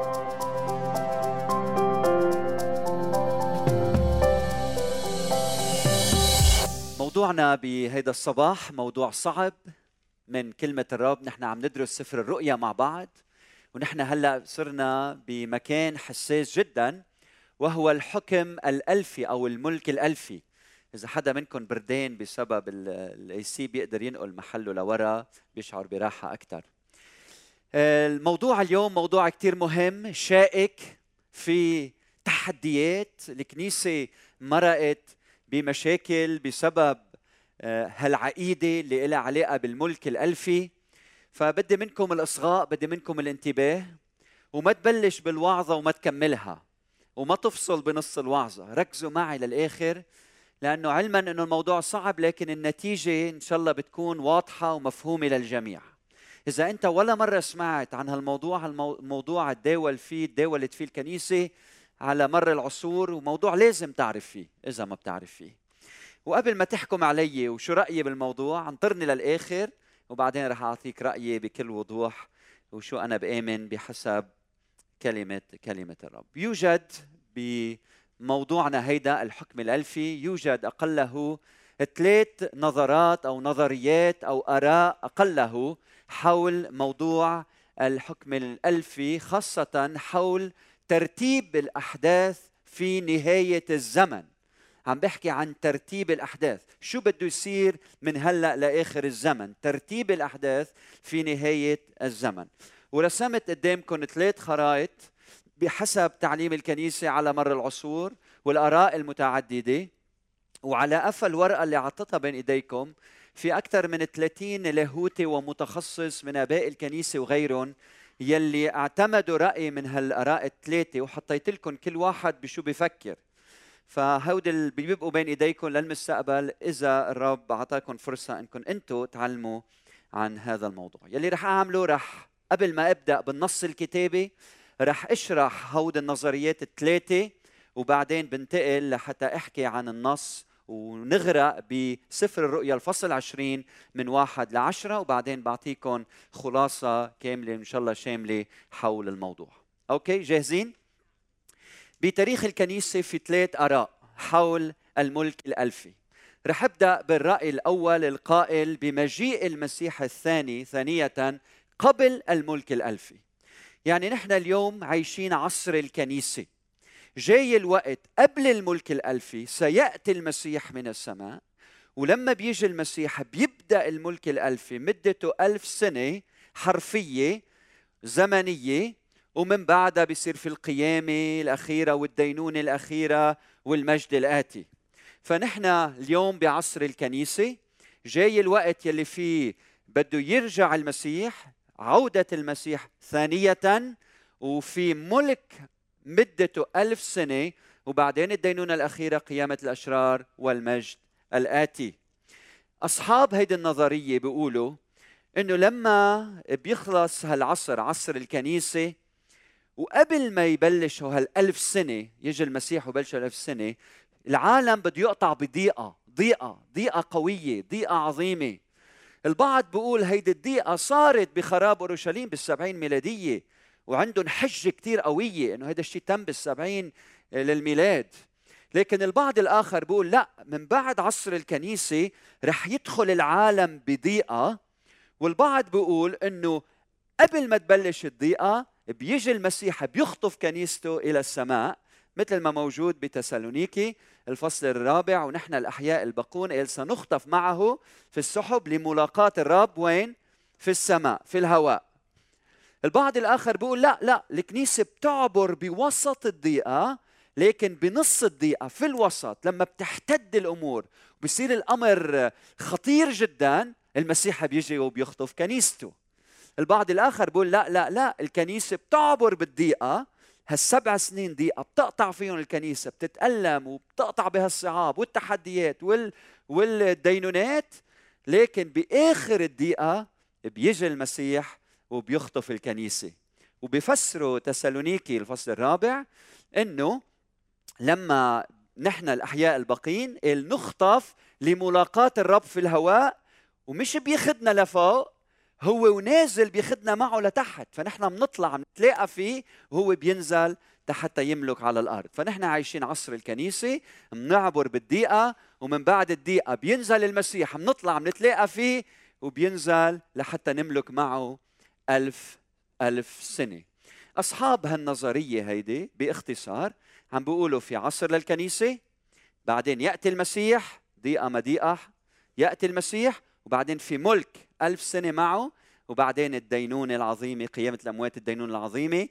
موضوعنا بهيدا الصباح موضوع صعب من كلمة الرب. نحن عم ندرس سفر الرؤيا مع بعض، ونحن هلأ صرنا بمكان حساس جدا، وهو الحكم الألفي أو الملك الألفي. إذا حدا منكم بردان بسبب الاي سي بيقدر ينقل محله لورا بيشعر براحة أكثر. الموضوع اليوم موضوع كتير مهم، شائك، في تحديات. الكنيسة مرقت بمشاكل بسبب هالعقيدة اللي لها علاقة بالملك الألفي. فبدي منكم الإصغاء، بدي منكم الانتباه، وما تبلش بالوعظة وما تكملها، وما تفصل بنص الوعظة. ركزوا معي للآخر، لأنه علما أنه الموضوع صعب لكن النتيجة إن شاء الله بتكون واضحة ومفهومة للجميع. إذا أنت ولا مرة سمعت عن هالموضوع، الموضوع تداولت فيه الكنيسة على مر العصور، وموضوع لازم تعرف فيه إذا ما بتعرف فيه. وقبل ما تحكم علي وشو رأيي بالموضوع، انطرني للآخر وبعدين رح أعطيك رأيي بكل وضوح وشو أنا بآمن بحسب كلمة الرب. يوجد بموضوعنا هيدا الحكم الألفي، يوجد أقله 3 نظرات أو نظريات أو آراء أقله حول موضوع الحكم الألفي، خاصة حول ترتيب الأحداث في نهاية الزمن. عم بحكي عن ترتيب الأحداث، شو بده يصير من هلأ لآخر الزمن، ترتيب الأحداث في نهاية الزمن. ورسمت قدامكم 3 خرائط بحسب تعليم الكنيسة على مر العصور والآراء المتعددة. وعلى قفا الورقة اللي عطتها بين إيديكم في أكثر من 30 لاهوتي ومتخصص من آباء الكنيسة وغيرهم يلي اعتمدوا رأي من هالآراء ال3، وحطيت لكم كل واحد بشو بفكر. فهودي اللي بيبقوا بين ايديكم للمستقبل اذا الرب اعطاكم فرصه انكم انتم تعلموا عن هذا الموضوع. يلي رح اعمله، رح قبل ما ابدا بالنص الكتابي رح اشرح هودي النظريات ال3، وبعدين بنتقل لحتى احكي عن النص ونغرق بسفر الرؤيا الفصل 20 من 1 ل10، وبعدين بعطيكم خلاصه كامله ان شاء الله شامله حول الموضوع. اوكي، جاهزين؟ بتاريخ الكنيسة في 3 آراء حول الملك الألفي. رح أبدأ بالرأي الأول القائل بمجيء المسيح الثاني ثانية قبل الملك الألفي. يعني نحن اليوم عايشين عصر الكنيسة، جاي الوقت قبل الملك الألفي سيأتي المسيح من السماء، ولما بيجي المسيح بيبدأ الملك الألفي مدته 1000 سنة حرفية زمنية، ومن بعدها بيصير في القيامة الأخيرة والدينونة الأخيرة والمجد الآتي. فنحن اليوم بعصر الكنيسة، جاي الوقت يلي فيه بده يرجع المسيح، عودة المسيح ثانية، وفي ملك مدته 1000 سنة، وبعدين الدينونة الأخيرة، قيامة الأشرار والمجد الآتي. أصحاب هيدي النظرية بيقولوا إنه لما بيخلص هالعصر، عصر الكنيسة، وقبل ما يبلشوا هال1000 سنة يجي المسيح وبلشوا 1000 سنة، العالم بده يقطع بضيقة، ضيقة قوية، ضيقة عظيمة. البعض بيقول هيدي الضيقة صارت بخراب أورشليم بال70 ميلادية، وعندهم حجة كتير قوية إنه هذا الشيء تم بال70 للميلاد. لكن البعض الآخر بيقول لا، من بعد عصر الكنيسة رح يدخل العالم بضيقة. والبعض بيقول إنه قبل ما تبلش الضيقة بيجي المسيح بيخطف كنيسته إلى السماء، مثل ما موجود بتسالونيكي الفصل 4، ونحن الأحياء الباقون قال سنخطف معه في السحب لملاقاة الرب وين؟ في السماء، في الهواء. البعض الآخر بيقول لا، الكنيسة بتعبر بوسط الضيقة، لكن بنص الضيقة في الوسط لما بتحتد الأمور وبصير الأمر خطير جدا، المسيح بيجي وبيخطف كنيسته. البعض الآخر بيقول لا، الكنيسة بتعبر بالضيقة، هال7 سنين ضيقة بتقطع فيهم الكنيسة، بتتألم وبتقطع بهالصعاب والتحديات والدينونات، لكن بآخر الضيقة بيجي المسيح وبيخطف الكنيسة. وبيفسروا تسالونيكي الفصل 4 إنه لما نحن الأحياء الباقين نخطف لملاقاة الرب في الهواء، ومش بياخدنا لفوق، هو ونازل بياخدنا معه لتحت، فنحن بنطلع بنتلاقى فيه وهو بينزل حتى يملك على الارض. فنحن عايشين عصر الكنيسه، بنعبر بالدقيقه، ومن بعد الدقيقه بينزل المسيح، بنطلع بنتلاقى فيه وبينزل لحتى نملك معه 1000 سنه. اصحاب هالنظريه هيدي باختصار عم بيقولوا في عصر للكنيسه، بعدين ياتي المسيح دقيقه ما دقيقه، ياتي المسيح وبعدين في ملك 1000 سنه معه، وبعدين الدينونه العظيمه، قيامه الاموات، الدينونه العظيمه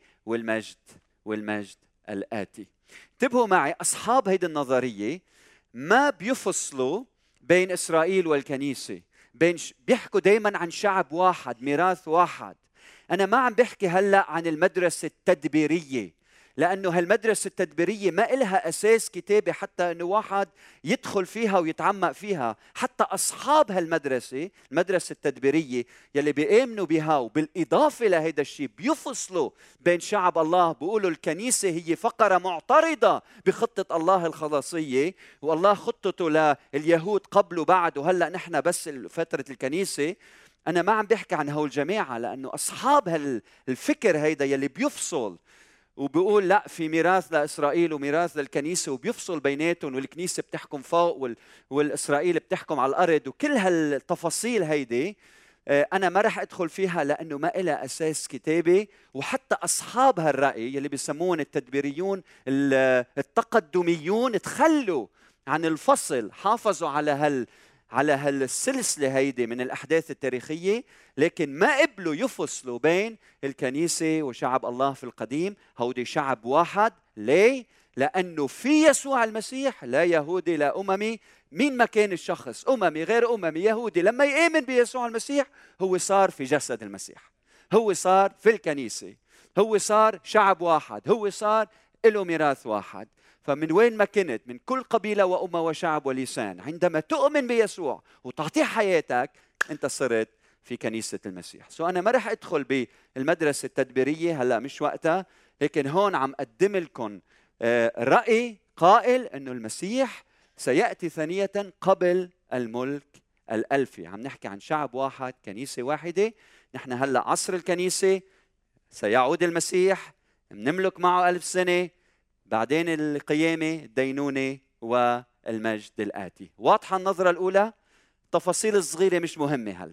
والمجد الآتي. انتبهوا معي، أصحاب هيدي النظرية ما بيفصلوا بين إسرائيل والكنيسة، بيحكوا دايما عن شعب واحد، ميراث واحد. أنا ما عم بحكي هلأ عن المدرسة التدبيرية، لأنه هالمدرسة التدبيرية ما إلها أساس كتابي حتى أنه واحد يدخل فيها ويتعمق فيها. حتى أصحاب هالمدرسة، المدرسة التدبيرية يلي بيآمنوا بها، وبالإضافة لهذا الشيء بيفصلوا بين شعب الله، بيقولوا الكنيسة هي فقرة معترضة بخطة الله الخلاصية، والله خطته لليهود قبل وبعد، وهلأ نحن بس فترة الكنيسة. أنا ما عم بحكي عن هول الجماعة، لأنه أصحاب الفكر هيدا يلي بيفصل وبيقول لا، في ميراث لإسرائيل وميراث للكنيسة، وبيفصل بيناتهم، والكنيسة بتحكم فوق والإسرائيل بتحكم على الأرض، وكل هالتفاصيل هيدي أنا ما رح أدخل فيها لأنه ما إلها أساس كتابي. وحتى أصحاب هالرأي يلي بيسمون التدبيريون التقدميون تخلوا عن الفصل، حافظوا على هالسلسلة هيدي من الأحداث التاريخية، لكن ما قبلوا يفصلوا بين الكنيسة وشعب الله في القديم. هودي شعب واحد. ليه؟ لأنه في يسوع المسيح لا يهودي لا أممي. مين ما كان الشخص، أممي غير أممي يهودي، لما يؤمن بيسوع المسيح هو صار في جسد المسيح، هو صار في الكنيسة، هو صار شعب واحد، هو صار له ميراث واحد. فمن وين ما كنت، من كل قبيلة وأمة وشعب ولسان، عندما تؤمن بيسوع وتعطيه حياتك، أنت صرت في كنيسة المسيح. أنا ما رح أدخل بالمدرسة التدبيرية هلأ، مش وقتها، لكن هون عم أقدم لكم رأي قائل أنه المسيح سيأتي ثانية قبل الملك الألفي. عم نحكي عن شعب واحد، كنيسة واحدة. نحن هلأ عصر الكنيسة، سيعود المسيح، نملك معه 1000 سنة، بعدين القيامة، الدينونة والمجد الآتي. واضحة النظرة الأولى؟ التفاصيل الصغيرة مش مهمة.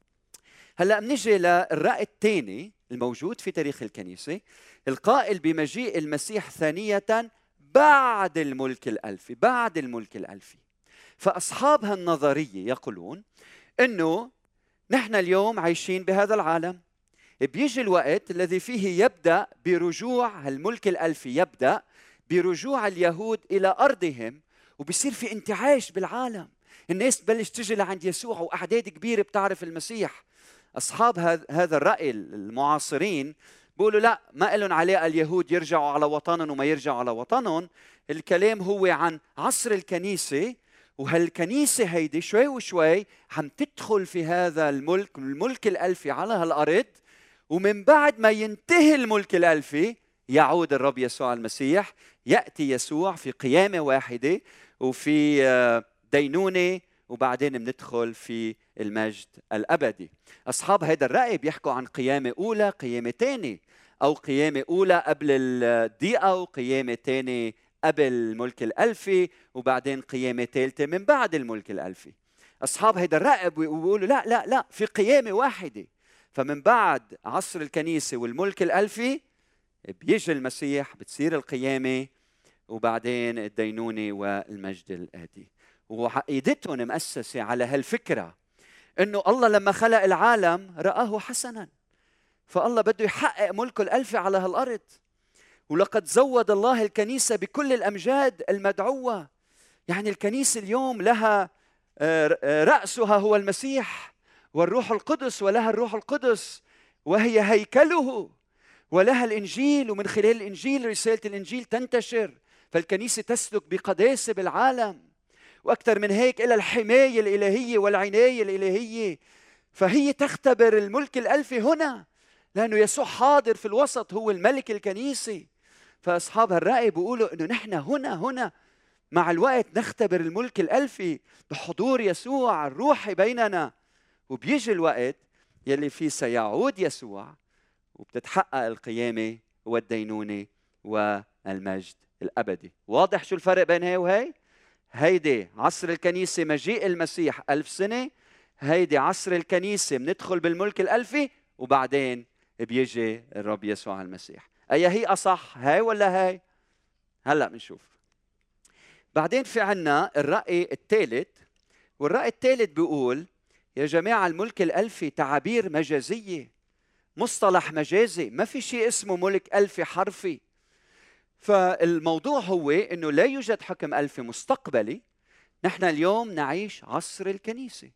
هلأ بنيجي للرأي الثاني الموجود في تاريخ الكنيسة، القائل بمجيء المسيح ثانية بعد الملك الألفي. بعد الملك الألفي. فأصحاب هالنظرية يقولون أنه نحن اليوم عايشين بهذا العالم، بيجي الوقت الذي فيه يبدأ برجوع الملك الألفي، يبدأ برجوع اليهود إلى أرضهم، وبصير في انتعاش بالعالم. الناس بلش تجي لعند يسوع، وأعداد كبيرة بتعرف المسيح. أصحاب هذا الرأي المعاصرين بيقولوا لا، ما لهم علاقة اليهود يرجعوا على وطنهم وما يرجعوا على وطنهم. الكلام هو عن عصر الكنيسة، وهالكنيسة هيدي شوي وشوي عم تدخل في هذا الملك الألفي على هالأرض. ومن بعد ما ينتهي الملك الألفي يعود الرب يسوع المسيح، يأتي يسوع في قيامة واحدة وفي دينونة، وبعدين بندخل في المجد الأبدي. أصحاب هذا الرأي بيحكوا عن قيامة أولى، قيامة ثانية، أو قيامة أولى قبل الضيقة، وقيامة ثانية قبل الملك الألفي، وبعدين قيامة ثالثة من بعد الملك الألفي. أصحاب هذا الرأي بيقولوا لا لا لا، في قيامة واحدة. فمن بعد عصر الكنيسة والملك الألفي بيجي المسيح، بتصير القيامة، وبعدين الدينونة والمجد الآتي. وعقيدتهم مؤسسة على هالفكرة إنه الله لما خلق العالم رآه حسنا، فالله بده يحقق ملكه الألفي على هالأرض. ولقد زود الله الكنيسة بكل الأمجاد المدعوة. يعني الكنيسة اليوم لها رأسها هو المسيح، والروح القدس، ولها الروح القدس وهي هيكله، ولها الإنجيل، ومن خلال الإنجيل رسالة الإنجيل تنتشر، فالكنيسة تسلك بقداسة بالعالم. وأكثر من هيك، إلى الحماية الإلهية والعناية الإلهية. فهي تختبر الملك الألفي هنا، لأنه يسوع حاضر في الوسط، هو الملك الكنيسي. فأصحاب هالرأي بيقولوا إنه نحن هنا مع الوقت نختبر الملك الألفي بحضور يسوع الروحي بيننا. وبيجي الوقت يلي فيه سيعود يسوع وبتتحقق القيامة والدينونة والمجد الأبدي. واضح شو الفرق بين هي وهي؟ هيدي عصر الكنيسة مجيء المسيح 1000 سنة، هيدي عصر الكنيسة بندخل بالملك الألفي وبعدين بيجي الرب يسوع المسيح. أي هي أصح، هاي ولا هاي؟ هلأ بنشوف. بعدين في عنا الرأي الثالث، والرأي الثالث بيقول يا جماعة الملك الألفي تعابير مجازية، مصطلح مجازي، ما في شيء اسمه ملك ألفي حرفي. فالموضوع هو أنه لا يوجد حكم ألفي مستقبلي. نحن اليوم نعيش عصر الكنيسة،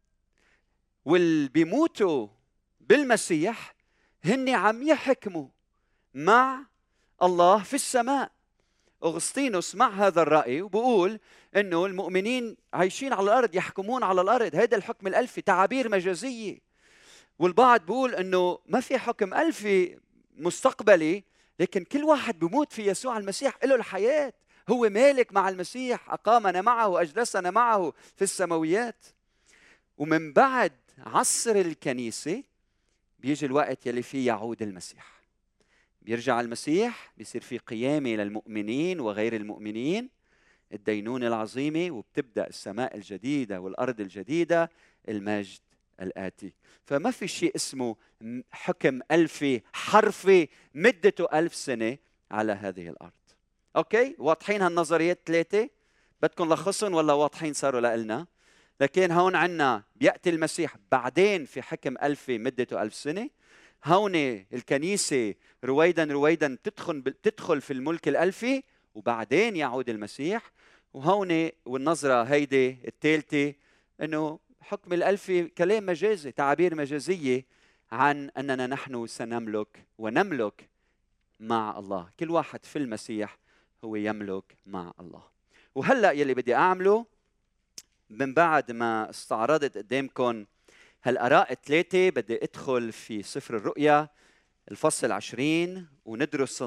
واللي بيموتوا بالمسيح هن عم يحكموا مع الله في السماء. أغسطينوس مع هذا الرأي وبقول أنه المؤمنين عايشين على الأرض يحكمون على الأرض، هذا الحكم الألفي تعابير مجازية. والبعض بقول أنه ما في حكم ألفي مستقبلي، لكن كل واحد بيموت في يسوع المسيح له الحياة، هو مالك مع المسيح، أقامنا معه وأجلسنا معه في السماويات. ومن بعد عصر الكنيسة بيجي الوقت يلي فيه يعود المسيح، بيرجع المسيح، بيصير في قيامة للمؤمنين وغير المؤمنين، الدينونة العظيمة، وبتبدأ السماء الجديدة والأرض الجديدة، المجد الآتي. فما في شيء اسمه حكم ألفي حرفي مدته 1000 سنة على هذه الأرض. أوكي، واضحين هالنظريات ثلاثة؟ بدكم لخصن ولا واضحين صاروا لنا؟ لكن هون عنا بيأتي المسيح، بعدين في حكم ألفي مدته 1000 سنة. هون الكنيسة رويدا رويدا تدخل في الملك الألفي، وبعدين يعود المسيح. وهون والنظرة هيدي الثالثة أنه حكم الألفي كلام مجازي، تعابير مجازية عن أننا نحن سنملك ونملك مع الله. كل واحد في المسيح هو يملك مع الله. وهلأ يلي بدي أعمله من بعد ما استعرضت قدامكم هالآراء الثلاثة، بدي أدخل في سفر الرؤيا الفصل 20 وندرس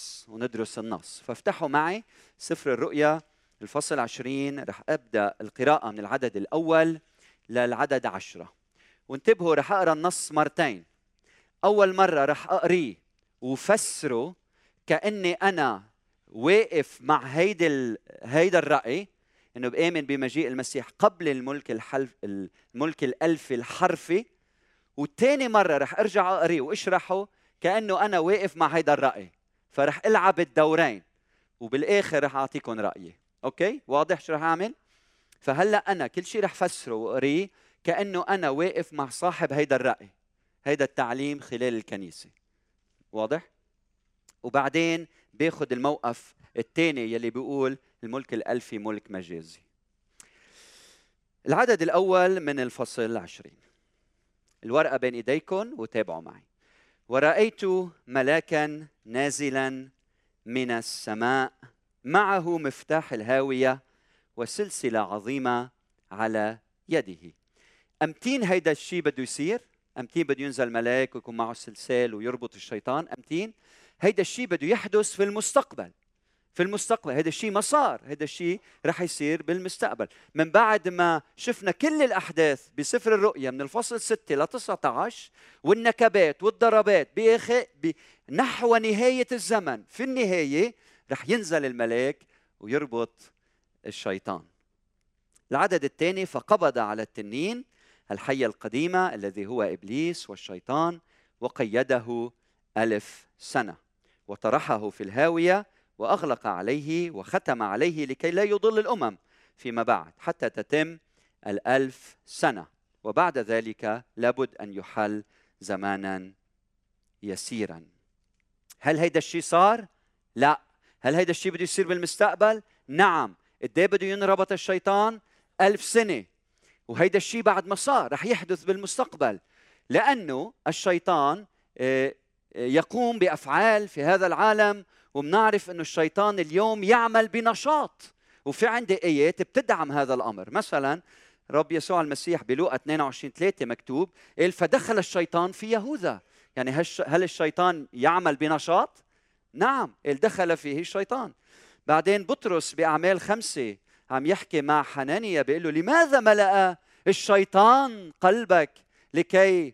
النص. فافتحوا معي سفر الرؤيا الفصل 20. رح أبدأ القراءة من العدد الأول للعدد 10. وانتبهوا، رح أقرأ النص مرتين. أول مرة رح أقريه وفسره كأني أنا واقف مع هيدا الرأي، إنه بآمن بمجيء المسيح قبل الملك الألفي الحرفي. والتاني مرة رح أرجع أقريه وأشرحه كأنه أنا واقف مع هيدا الرأي، فرح ألعب الدورين وبالآخر رح أعطيكم رأيي. أوكي، واضح شو رح أعمل؟ فهلأ أنا كل شيء رح فسره وأقريه كأنه أنا واقف مع صاحب هيدا الرأي، هيدا التعليم خلال الكنيسة. واضح؟ وبعدين باخد الموقف الثاني يلي بيقول الملك الألفي ملك مجازي. العدد الأول من الفصل 20. الورقة بين إيديكم وتابعوا معي. ورأيت ملاكا نازلا من السماء معه مفتاح الهاوية وسلسلة عظيمة على يده. أمتين هيدا الشيء بده يصير؟ أمتين بده ينزل ملاك ويكون معه سلسال ويربط الشيطان؟ أمتين هيدا الشيء بده يحدث في المستقبل. هيدا الشيء ما صار، هيدا الشيء رح يصير بالمستقبل. من بعد ما شفنا كل الأحداث بسفر الرؤيا من الفصل 6 ل 19 والنكبات والضربات نحو نهاية الزمن، في النهاية رح ينزل الملاك ويربط الشيطان. العدد الثاني. فقبض على التنين الحية القديمة الذي هو إبليس والشيطان وقيده 1000 سنة وطرحه في الهاوية وأغلق عليه وختم عليه لكي لا يضل الأمم فيما بعد حتى تتم 1000 سنة، وبعد ذلك لابد أن يحل زمانا يسيرا. هل هيدا الشيء صار؟ لا. هل هيدا الشيء بده يصير بالمستقبل؟ نعم. قديه بده ينربط الشيطان؟ 1000 سنة. وهيدا الشيء بعد ما صار رح يحدث بالمستقبل، لأنه الشيطان يقوم بأفعال في هذا العالم، ومنعرف أنه الشيطان اليوم يعمل بنشاط، وفي عندي آيات بتدعم هذا الأمر. مثلا رب يسوع المسيح بلوقا 22:3 مكتوب قال فدخل الشيطان في يهوذا. يعني هل الشيطان يعمل بنشاط؟ نعم، قال دخل فيه الشيطان. بعدين بطرس بأعمال 5 عم يحكي مع حنانيا بيقول له لماذا ملأ الشيطان قلبك لكي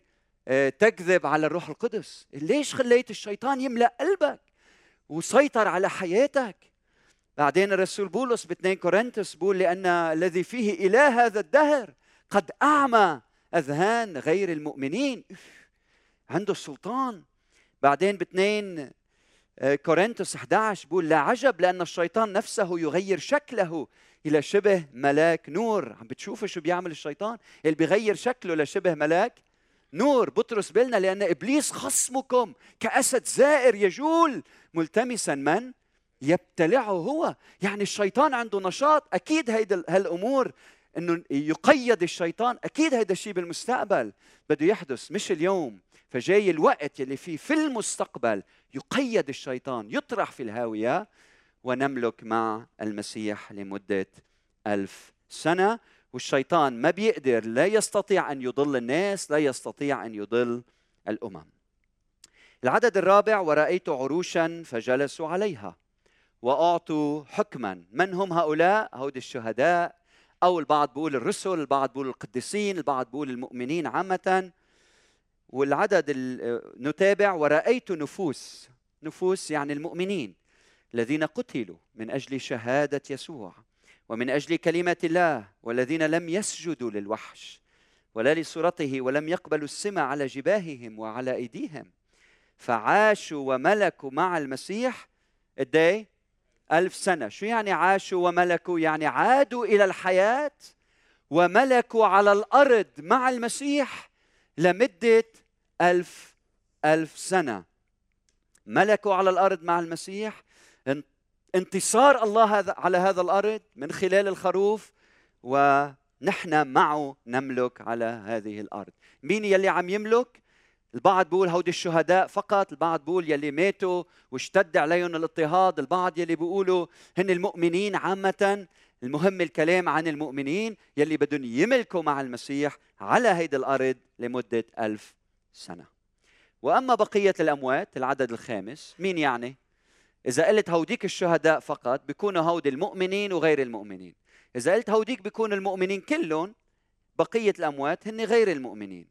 تكذب على الروح القدس؟ ليش خليت الشيطان يملأ قلبك وسيطر على حياتك؟ بعدين الرسول بولس ب2 كورنثوس بيقول لأن الذي فيه إله هذا الدهر قد أعمى أذهان غير المؤمنين. عنده السلطان. بعدين ب2 كورنثوس 11 بيقول لا عجب لأن الشيطان نفسه يغير شكله إلى شبه ملاك نور. عم بتشوفوا شو بيعمل الشيطان؟ اللي بيغير شكله لشبه ملاك نور. بطرس بيقول لنا لأن إبليس خصمكم كأسد زائر يجول ملتمسا من يبتلعه هو. يعني الشيطان عنده نشاط. أكيد هالأمور إنه يقيد الشيطان، أكيد هيدا الشيء بالمستقبل بده يحدث مش اليوم. فجاي الوقت اللي فيه في المستقبل يقيد الشيطان، يطرح في الهاوية، ونملك مع المسيح لمدة 1000 سنة. والشيطان ما بيقدر، لا يستطيع أن يضل الناس، لا يستطيع أن يضل الأمم. العدد الرابع ورأيت عروشا فجلسوا عليها وأعطوا حكما. من هم هؤلاء؟ هؤلاء الشهداء، أو البعض بيقول الرسل، البعض بيقول القديسين، البعض بيقول المؤمنين عامة. والعدد نتابع ورأيت نفوس يعني المؤمنين الذين قتلوا من أجل شهادة يسوع ومن أجل كلمة الله، والذين لم يسجدوا للوحش ولا لصورته ولم يقبلوا السمة على جباههم وعلى أيديهم، فعاشوا وملكوا مع المسيح قد 1000 سنة. شو يعني عاشوا وملكوا؟ يعني عادوا إلى الحياة وملكوا على الأرض مع المسيح لمدة 1000 سنة. ملكوا على الأرض مع المسيح، انتصار الله على هذا الأرض من خلال الخروف، ونحن معه نملك على هذه الأرض. مين يلي عم يملك؟ البعض بيقول هودي الشهداء فقط، البعض بيقول يلي ماتوا واشتد عليهم الاضطهاد، البعض يلي بيقولوا هن المؤمنين عامة. المهم الكلام عن المؤمنين يلي بدهم يملكوا مع المسيح على هيدي الأرض لمدة 1000 سنة. وأما بقية الأموات العدد الخامس، مين يعني؟ إذا قلت هوديك الشهداء فقط بيكونوا هودي المؤمنين وغير المؤمنين. إذا قلت هوديك بيكونوا المؤمنين كلهم، بقية الأموات هن غير المؤمنين.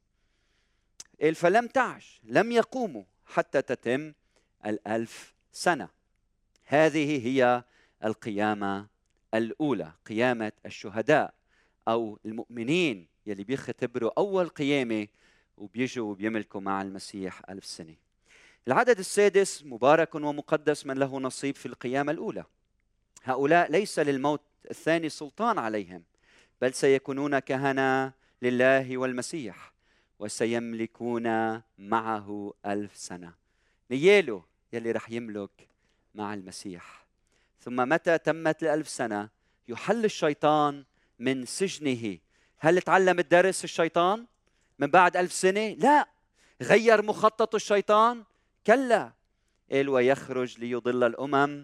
فلم تعش، لم يقوموا حتى تتم 1000 سنة. هذه هي القيامة الأولى، قيامة الشهداء أو المؤمنين يلي بيختبروا أول قيامة وبيجوا وبيملكوا مع المسيح 1000 سنة. العدد السادس مبارك ومقدس من له نصيب في القيامة الأولى. هؤلاء ليس للموت الثاني سلطان عليهم، بل سيكونون كهنة لله والمسيح وسيملكون معه 1000 سنة. نياله يلي رح يملك مع المسيح. ثم متى تمت 1000 سنة يحل الشيطان من سجنه. هل تعلم الدرس الشيطان من بعد 1000 سنة؟ لا. غير مخطط الشيطان؟ كلا. قال ويخرج ليضل الأمم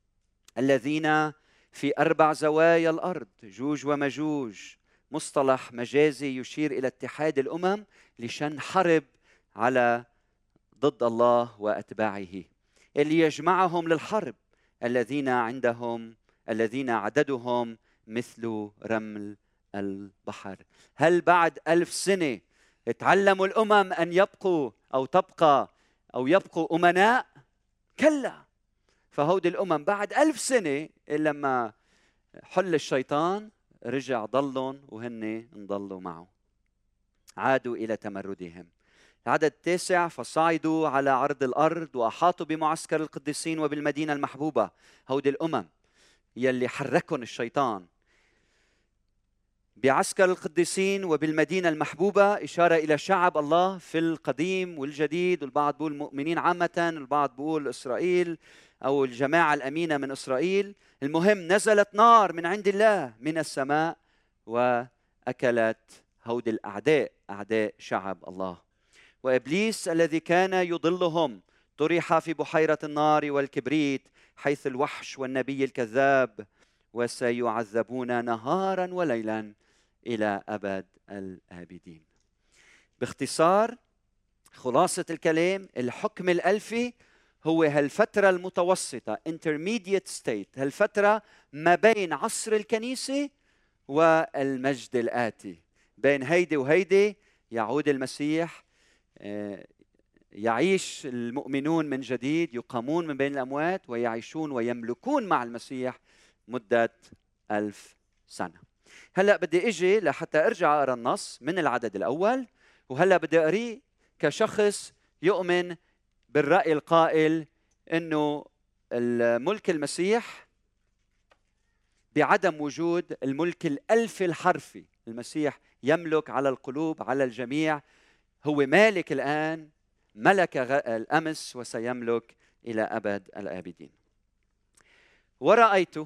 الذين في 4 زوايا الأرض، جوج ومجوج، مصطلح مجازي يشير إلى اتحاد الأمم لشن حرب على ضد الله وأتباعه، اللي يجمعهم للحرب الذين عددهم مثل رمل البحر. هل بعد 1000 سنة تعلموا الأمم أن يبقوا أو يبقوا أمناء؟ كلا. فهودي الأمم بعد 1000 سنة لما حل الشيطان رجع ضلهم وهن انضلوا معه، عادوا إلى تمردهم. العدد 9 فصعدوا على عرض الأرض وأحاطوا بمعسكر القديسين وبالمدينة المحبوبة. هودي الأمم يلي حركهم الشيطان. بعسكر القديسين وبالمدينة المحبوبة إشارة إلى شعب الله في القديم والجديد، والبعض بيقول مؤمنين عامة، البعض بيقول إسرائيل أو الجماعة الأمينة من إسرائيل. المهم نزلت نار من عند الله من السماء وأكلت هود الأعداء، أعداء شعب الله. وإبليس الذي كان يضلهم طرح في بحيرة النار والكبريت حيث الوحش والنبي الكذاب، وسيعذبون نهارا وليلا إلى أبد الآبدين. باختصار خلاصة الكلام، الحكم الألفي هو هالفترة المتوسطة intermediate state، هالفترة ما بين عصر الكنيسة والمجد الآتي. بين هيدي وهيدي يعود المسيح يعيش المؤمنون من جديد، يقامون من بين الأموات ويعيشون ويملكون مع المسيح مدة 1000 سنة. هلأ بدي أجي لحتى أرجع أقرأ النص من العدد الأول، وهلأ بدي أقريه كشخص يؤمن بالرأي القائل أنه الملك المسيح بعدم وجود الملك الألفي الحرفي. المسيح يملك على القلوب، على الجميع، هو مالك الآن، ملك الأمس وسيملك إلى أبد الآبدين. ورأيت،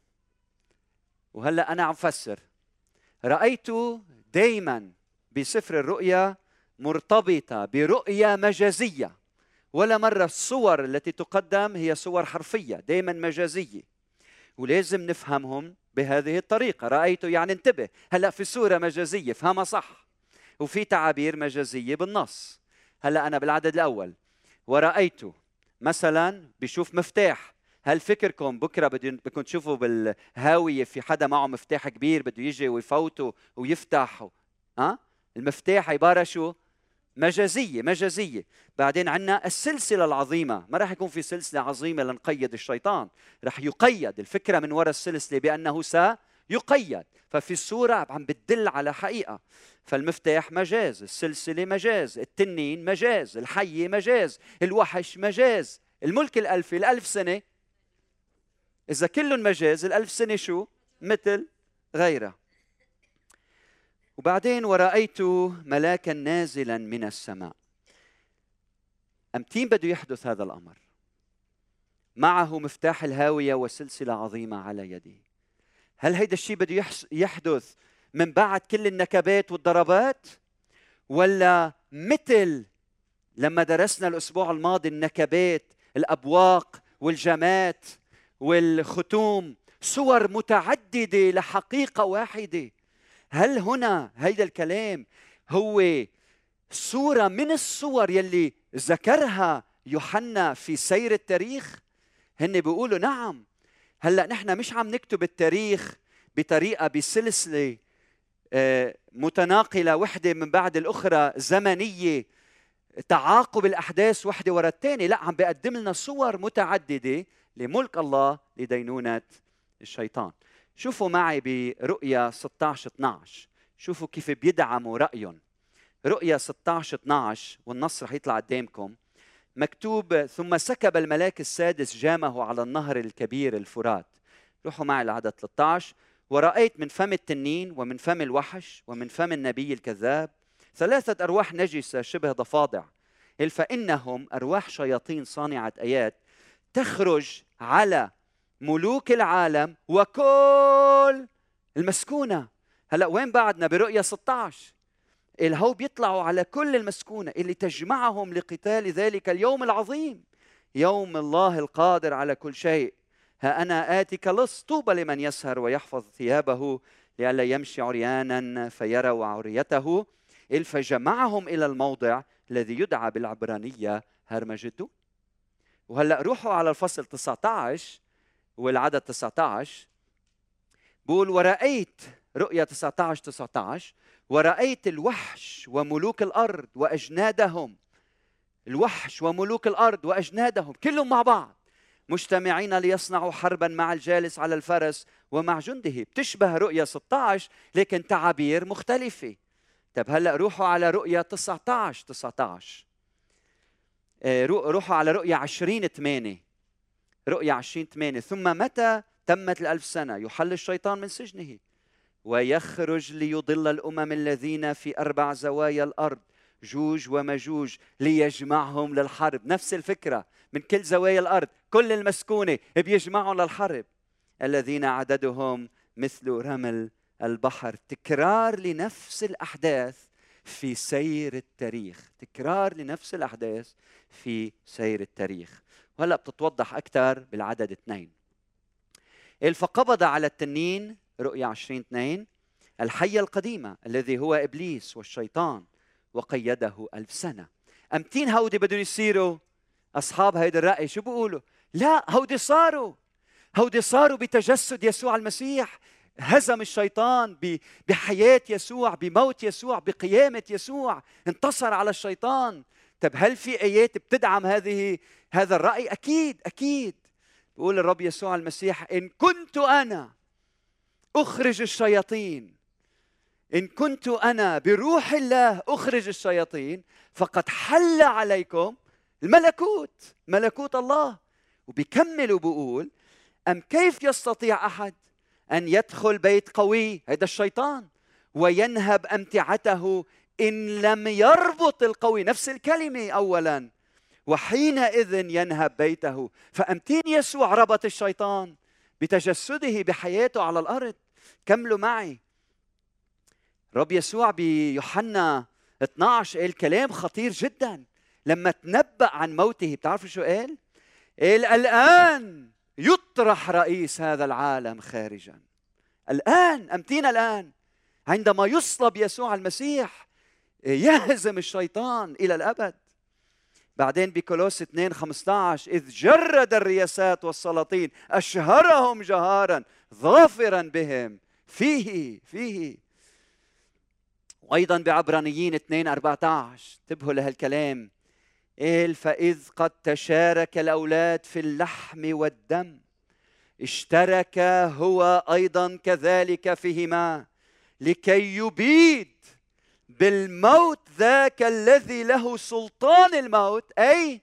وهلأ أنا عم فسر، رأيت دايما بسفر الرؤيا مرتبطة برؤية مجازية، ولا مرة الصور التي تقدم هي صور حرفية، دايما مجازية، ولازم نفهمهم بهذه الطريقة. رأيت يعني انتبه، هلأ في صورة مجازية فهمها صح، وفي تعابير مجازية بالنص. هلأ أنا بالعدد الأول، ورأيت مثلا بشوف مفتاح. هل فكركم بكرة بدكم تشوفوا بالهاوية في حدا معه مفتاح كبير بده يجي ويفوته ويفتح؟ المفتاح عبارة شو؟ مجازية، مجازية. بعدين عندنا السلسلة العظيمة، ما راح يكون في سلسلة عظيمة لنقيد الشيطان، راح يقيد. الفكرة من وراء السلسلة بأنه سيقيد، ففي الصورة عم بتدل على حقيقة. فالمفتاح مجاز، السلسلة مجاز، التنين مجاز، الحية مجاز، الوحش مجاز، الملك الألفي الألف سنة. إذا كلهم مجاز، الألف سنة شو؟ مثل غيرها. وبعدين ورأيت ملاكا نازلا من السماء. أمتين بده يحدث هذا الأمر؟ معه مفتاح الهاوية وسلسلة عظيمة على يده. هل هيدا الشيء بده يحدث من بعد كل النكبات والضربات، ولا مثل لما درسنا الأسبوع الماضي النكبات، الأبواق والجمات والختوم، صور متعددة لحقيقة واحدة؟ هل هنا هيدا الكلام هو صورة من الصور يلي ذكرها يوحنا في سير التاريخ؟ هن بيقولوا نعم. هلأ نحن مش عم نكتب التاريخ بطريقة بسلسلة متناقلة وحدة من بعد الأخرى، زمنية، تعاقب الأحداث وحدة وراء الثانية. لا، عم بيقدم لنا صور متعددة لملك الله لدينونة الشيطان. شوفوا معي برؤيا 16-12، شوفوا كيف بيدعموا رأيهم. رؤيا 16-12 والنص رح يطلع قدامكم، مكتوب: ثم سكب الملاك السادس جامه على النهر الكبير الفرات. روحوا معي لعدد 13. ورأيت من فم التنين ومن فم الوحش ومن فم النبي الكذاب 3 أرواح نجسة شبه ضفادع، فإنهم أرواح شياطين صانعة آيات، تخرج على ملوك العالم وكل المسكونة. هلأ وين بعدنا برؤيا 16؟ الهو بيطلعوا على كل المسكونة اللي تجمعهم لقتال ذلك اليوم العظيم، يوم الله القادر على كل شيء. ها أنا آتي كلص، طوبى لمن يسهر ويحفظ ثيابه لئلا يمشي عريانا فيروا عريته. فجمعهم إلى الموضع الذي يدعى بالعبرانية هرمجدون. وهلأ روحوا على الفصل 19 والعدد 19، بقول: ورأيت، رؤيا 19 ورأيت الوحش وملوك الأرض وأجنادهم. الوحش وملوك الأرض وأجنادهم كلهم مع بعض مجتمعين ليصنعوا حربا مع الجالس على الفرس ومع جنده. بتشبه رؤيا 16 لكن تعابير مختلفة. طب هلأ روحوا على رؤيا 19. روحوا على رؤيا 20:8. رؤيا 20:8: ثم متى تمت 1000 سنة يحل الشيطان من سجنه ويخرج ليضل الأمم الذين في 4 زوايا الأرض، جوج ومجوج، ليجمعهم للحرب. نفس الفكرة، من كل زوايا الأرض، كل المسكونة بيجمعهم للحرب، الذين عددهم مثل رمل البحر. تكرار لنفس الأحداث في سير التاريخ، تكرار لنفس الأحداث في سير التاريخ. وهلأ بتتوضح أكثر بالعدد 2. فقبض على التنين، رؤيا 20:2، الحية القديمة الذي هو إبليس والشيطان وقيده 1000 سنة. أمتين هودي بدهم يصيروا أصحاب هيدا الرأي شو بيقولوا؟ لا، هودي صاروا بتجسد يسوع المسيح، هزم الشيطان بحياة يسوع، بموت يسوع، بقيامة يسوع، انتصر على الشيطان. طب هل في آيات بتدعم هذا الرأي؟ أكيد أكيد. بيقول الرب يسوع المسيح: إن كنت أنا أخرج الشياطين، إن كنت أنا بروح الله أخرج الشياطين، فقد حل عليكم الملكوت، ملكوت الله. وبيكمل وبيقول: أم كيف يستطيع أحد أن يدخل بيت قوي، هذا الشيطان، وينهب أمتعته إن لم يربط القوي؟ نفس الكلمة أولا، وحينئذ ينهب بيته. فأمتين يسوع ربط الشيطان بتجسده بحياته على الأرض. كملوا معي. رب يسوع بيوحنا 12 قال كلام خطير جدا لما تنبأ عن موته. بتعرفوا شو قال؟ قال: الآن يطرح رئيس هذا العالم خارجا. الآن، أمتين الآن، عندما يصلب يسوع المسيح يهزم الشيطان إلى الأبد. بعدين بكولوس 2:15: إذ جرد الرياسات والسلاطين أشهرهم جهارا ظافرا بهم فيه. وأيضا بعبرانيين 2:14 انتبهوا لهالكلام، قال: فإذ قد تشارك الأولاد في اللحم والدم اشترك هو أيضا كذلك فيهما، لكي يبيد بالموت ذاك الذي له سلطان الموت، أي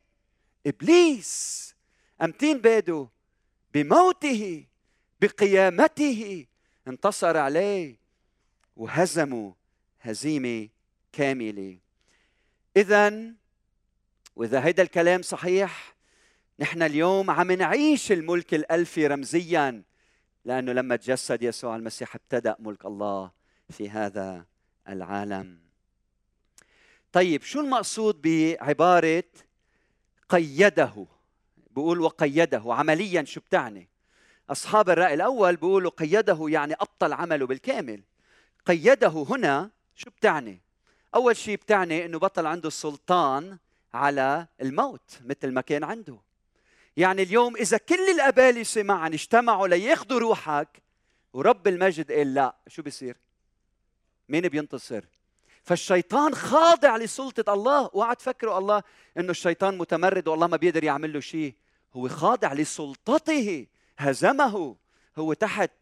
إبليس. أمتين بيده بموته، بقيامته انتصر عليه وهزموا هزيمة كاملة. إذن وإذا هيدا الكلام صحيح، نحن اليوم عم نعيش الملك الألفي رمزياً، لأنه لما تجسد يسوع المسيح ابتدأ ملك الله في هذا العالم. طيب شو المقصود بعبارة قيده؟ بقول وقيده عملياً شو بتعني؟ أصحاب الرأي الأول بيقولوا قيده يعني أبطل عمله بالكامل. قيده هنا شو بتعني؟ أول شيء بتعني أنه بطل عنده السلطان على الموت مثل ما كان عنده. يعني اليوم إذا كل الأبالسة معا اجتمعوا لياخذوا روحك ورب المجد قال لا، شو بيصير؟ مين بينتصر؟ فالشيطان خاضع لسلطة الله. اوعى تفكروا الله انه الشيطان متمرد والله ما بيقدر يعمل له شيء، هو خاضع لسلطته، هزمه، هو تحت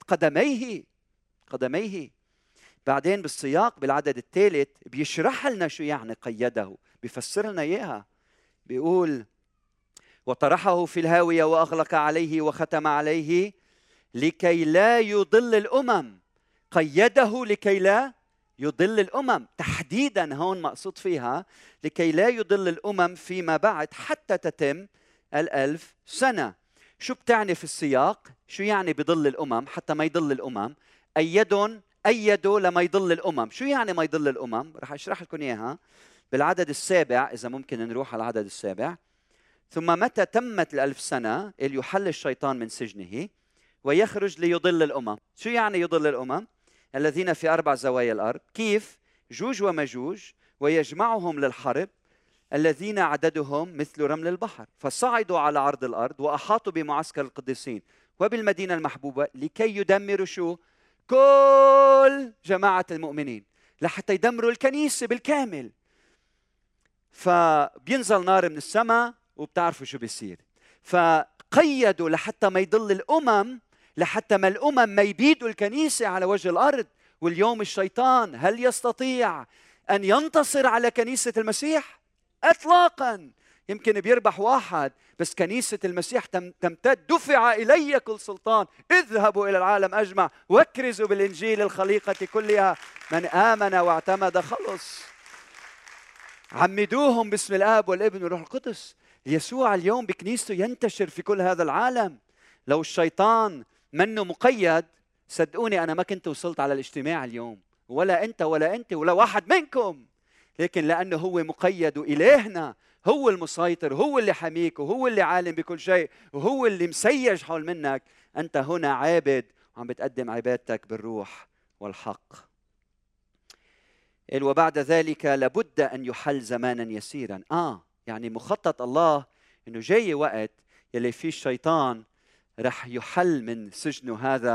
قدميه. بعدين بالسياق بالعدد الثالث بيشرح لنا شو يعني قيده، بيفسر لنا اياها. بيقول: وطرحه في الهاوية وأغلق عليه وختم عليه لكي لا يضل الأمم. قيده لكي لا يضل الأمم، تحديدا هون مقصود فيها لكي لا يضل الأمم فيما بعد حتى تتم 1000 سنة. شو بتعني في السياق؟ شو يعني بضل الأمم حتى ما يضل الأمم؟ أيدوا لما يضل الأمم. شو يعني ما يضل الأمم؟ رح أشرح لكم إياها بالعدد السابع، إذا ممكن نروح على العدد السابع. ثم متى تمت 1000 سنة يحل الشيطان من سجنه ويخرج ليضل الأمم. شو يعني يضل الأمم؟ الذين في 4 زوايا الأرض. كيف؟ جوج ومجوج، ويجمعهم للحرب الذين عددهم مثل رمل البحر. فصعدوا على عرض الأرض وأحاطوا بمعسكر القديسين وبالمدينة المحبوبة لكي يدمروا شو؟ كل جماعة المؤمنين، لحتى يدمروا الكنيسة بالكامل. فبينزل نار من السماء وبتعرفوا شو بيصير. فقيدوا لحتى ما يضل الأمم، لحتى ما الأمم ما يبيدوا الكنيسة على وجه الأرض. واليوم الشيطان هل يستطيع أن ينتصر على كنيسة المسيح؟ إطلاقاً. يمكن بيربح واحد، بس كنيسة المسيح تمتد. دفع إلي كل سلطان، اذهبوا إلى العالم أجمع واكرزوا بالإنجيل الخليقة كلها، من آمن واعتمد خلص. عمدوهم باسم الآب والابن والروح القدس. يسوع اليوم بكنيسته ينتشر في كل هذا العالم. لو الشيطان منه مقيد، صدقوني أنا ما كنت وصلت على الاجتماع اليوم، ولا أنت ولا أنت ولا واحد منكم. لكن لأنه هو مقيد، وإلهنا هو المسيطر، هو اللي حميك، وهو اللي عالم بكل شيء، وهو اللي مسيج حول منك. أنت هنا عابد وعم بتقدم عبادتك بالروح والحق. وبعد ذلك لابد أن يحل زمانا يسيرا. يعني مخطط الله أنه جاي وقت يلي فيه الشيطان رح يحل من سجنه هذا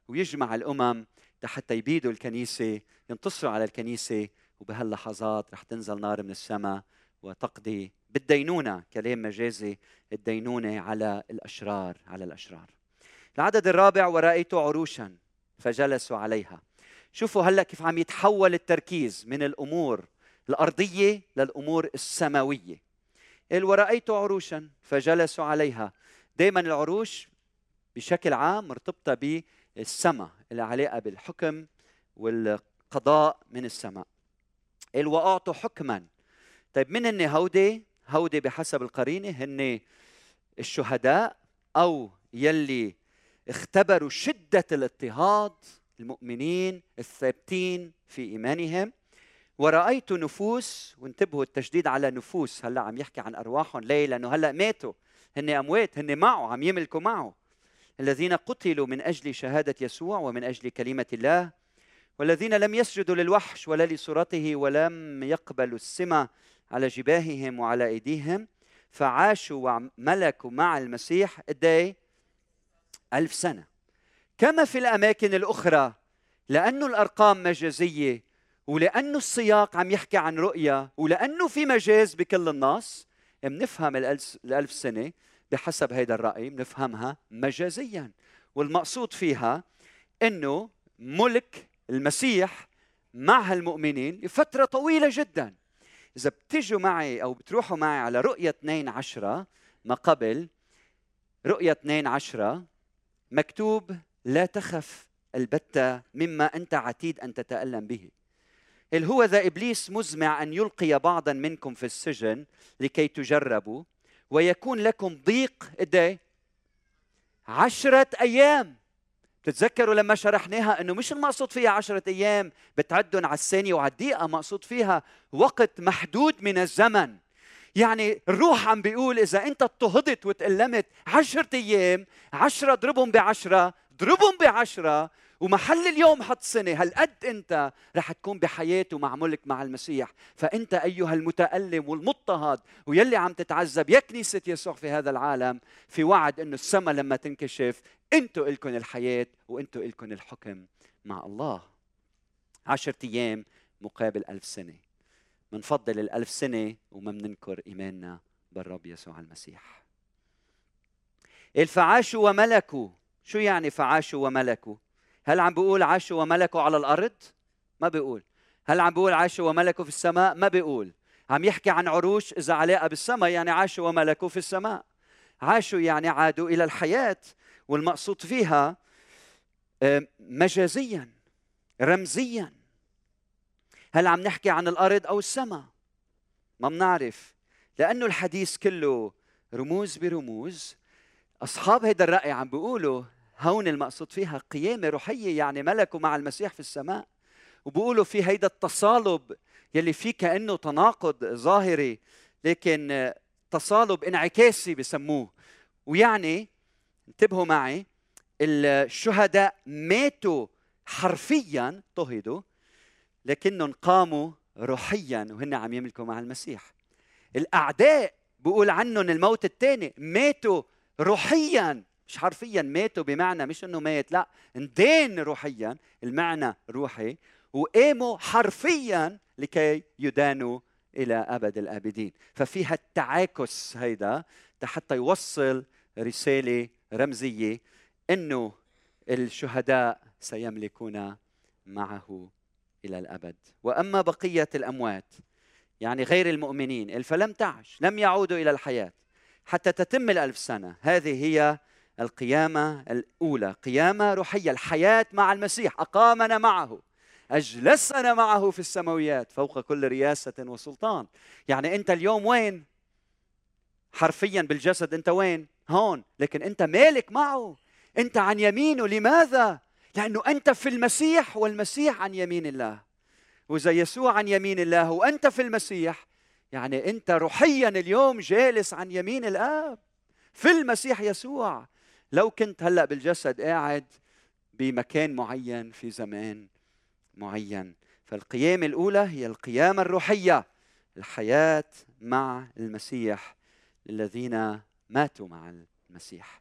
ويجمع الأمم حتى يبيدوا الكنيسة، ينتصروا على الكنيسة. وبهاللحظات رح تنزل نار من السماء وتقضي بالدينونة، كلام مجازي، الدينونة على الأشرار، على الأشرار. العدد الرابع: ورأيت عروشا فجلسوا عليها. شوفوا هلأ كيف عم يتحول التركيز من الأمور الأرضية للأمور السماوية. ورأيت عروشا فجلسوا عليها. دائما العروش بشكل عام مرتبطة بالسماء، اللي علاقة بالحكم والقضاء من السماء. وأعطوا حكما. طيب من هن هودي بحسب القرينة هن الشهداء أو يلي اختبروا شدة الاضطهاد، المؤمنين الثابتين في إيمانهم. ورأيت نفوس، وانتبهوا التشديد على نفوس، هلأ عم يحكي عن أرواحهم. ليه؟ لأنه هلأ ماتوا، هن أموات، هن معه، عم يملكوا معه. الذين قتلوا من أجل شهادة يسوع ومن أجل كلمة الله، والذين لم يسجدوا للوحش ولا لصورته ولم يقبلوا السمة على جباههم وعلى أيديهم، فعاشوا وملكوا مع المسيح قد 1000 سنة. كما في الأماكن الأخرى، لأنه الأرقام مجازية، ولأنه السياق عم يحكي عن رؤية، ولأنه في مجاز بكل النص، بنفهم ال1000 سنة بحسب هيدا الرأي بنفهمها مجازيا. والمقصود فيها أنه ملك المسيح مع المؤمنين لفترة طويلة جدا. إذا بتجوا معي أو بتروحوا معي على رؤية 2:10 ما قبل، رؤية 2:10 مكتوب: لا تخف البتة مما أنت عتيد أن تتألم به. هو ذا إبليس مزمع أن يلقي بعضا منكم في السجن لكي تجربوا ويكون لكم ضيق قد 10 أيام. تتذكروا لما شرحناها أنه مش المقصود فيها 10 أيام بتعدن على الثانية وعلى الدقيقة، مقصود فيها وقت محدود من الزمن. يعني الروح عم بيقول إذا أنت اضطهدت وتألمت 10 أيام، 10 ضربهم ب10 ضربهم ب10، ومحل اليوم حط سنة، هالقد أنت رح تكون بحياته مع ملك مع المسيح. فأنت أيها المتألم والمضطهد ويلي عم تتعذب يا كنيسة يسوع في هذا العالم، في وعد أنه السماء لما تنكشف أنتوا إلكم الحياة وأنتوا إلكم الحكم مع الله. 10 أيام مقابل 1000 سنة. منفضل 1000 سنة وما مننكر إيماننا بالرب يسوع المسيح. فعاشوا وملكوا. شو يعني فعاشوا وملكوا؟ هل عم بيقول عاشوا وملكوا على الأرض؟ ما بيقول. هل عم بيقول عاشوا وملكوا في السماء؟ ما بيقول. عم يحكي عن عروش إذا علاقة بالسماء، يعني عاشوا وملكوا في السماء. عاشوا يعني عادوا إلى الحياة، والمقصود فيها مجازيا رمزيا. هل عم نحكي عن الأرض أو السماء؟ ما بنعرف، لأنه الحديث كله رموز برموز. أصحاب هيدا الرأي عم بيقولوا هون المقصود فيها قيامة روحية، يعني ملكوا مع المسيح في السماء. وبيقولوا في هيدا التصالب يلي فيه كأنه تناقض ظاهري، لكن تصالب انعكاسي بسموه. ويعني انتبهوا معي، الشهداء ماتوا حرفيا، اضطهدوا، لكنهم قاموا روحيا وهن عم يملكوا مع المسيح. الأعداء بيقول عنهم الموت الثاني ماتوا روحيا، مش حرفيا ماتوا بمعنى مش انه مات، لا، اندين روحيا، المعنى روحي، وقاموا حرفيا لكي يدانوا الى ابد الابدين. ففيها التعاكس هيدا حتى يوصل رساله رمزيه انه الشهداء سيملكون معه الى الابد. واما بقيه الاموات يعني غير المؤمنين فلم تعش، لم يعودوا الى الحياه حتى تتم 1000 سنة. هذه هي القيامة الأولى، قيامة روحية، الحياة مع المسيح. أقامنا معه، أجلسنا معه في السماويات فوق كل رياسة وسلطان. يعني أنت اليوم وين؟ حرفيا بالجسد أنت وين؟ هون، لكن أنت مالك معه، أنت عن يمينه. لماذا؟ لأنه أنت في المسيح والمسيح عن يمين الله. وإذا يسوع عن يمين الله وأنت في المسيح، يعني أنت روحياً اليوم جالس عن يمين الآب في المسيح يسوع. لو كنت هلأ بالجسد قاعد بمكان معين في زمان معين. فالقيامة الأولى هي القيامة الروحية، الحياة مع المسيح الذين ماتوا مع المسيح.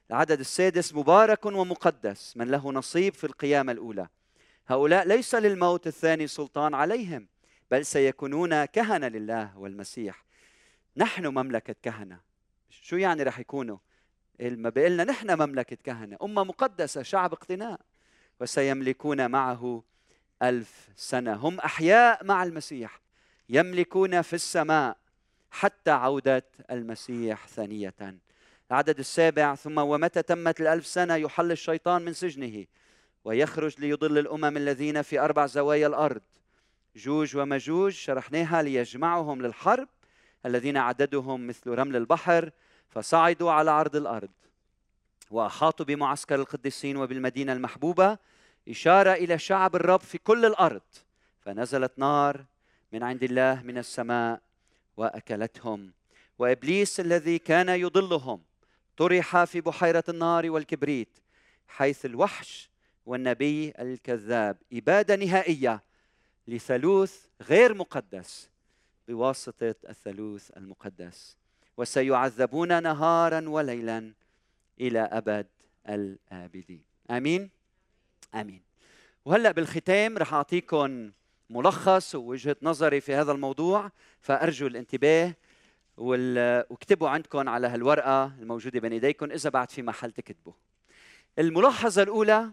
العدد السادس: مبارك ومقدس من له نصيب في القيامة الأولى. هؤلاء ليس للموت الثاني سلطان عليهم، بل سيكونون كهنة لله والمسيح. نحن مملكة كهنة. شو يعني رح يكونوا؟ ما بيقلنا نحن مملكة كهنة، أمة مقدسة، شعب اقتناء، وسيملكون معه 1000 سنة. هم أحياء مع المسيح، يملكون في السماء حتى عودة المسيح ثانية. العدد السابع: ثم ومتى تمت 1000 سنة يحل الشيطان من سجنه ويخرج ليضل الأمم الذين في 4 زوايا الأرض، جوج ومجوج شرحناها، ليجمعهم للحرب، الذين عددهم مثل رمل البحر، فصعدوا على عرض الأرض وأحاطوا بمعسكر القديسين وبالمدينة المحبوبة، إشارة إلى شعب الرب في كل الأرض. فنزلت نار من عند الله من السماء وأكلتهم، وإبليس الذي كان يضلهم طرح في بحيرة النار والكبريت، حيث الوحش والنبي الكذاب، إبادة نهائية لثالوث غير مقدس بواسطة الثالوث المقدس، وسيعذبون نهارا وليلا إلى أبد الآبدين. آمين آمين. وهلأ بالختام رح أعطيكم ملخص ووجهة نظري في هذا الموضوع، فأرجو الانتباه واكتبوا عندكم على هالورقة الموجودة بين إيديكم إذا بعد في محل تكتبوا. الملاحظة الأولى: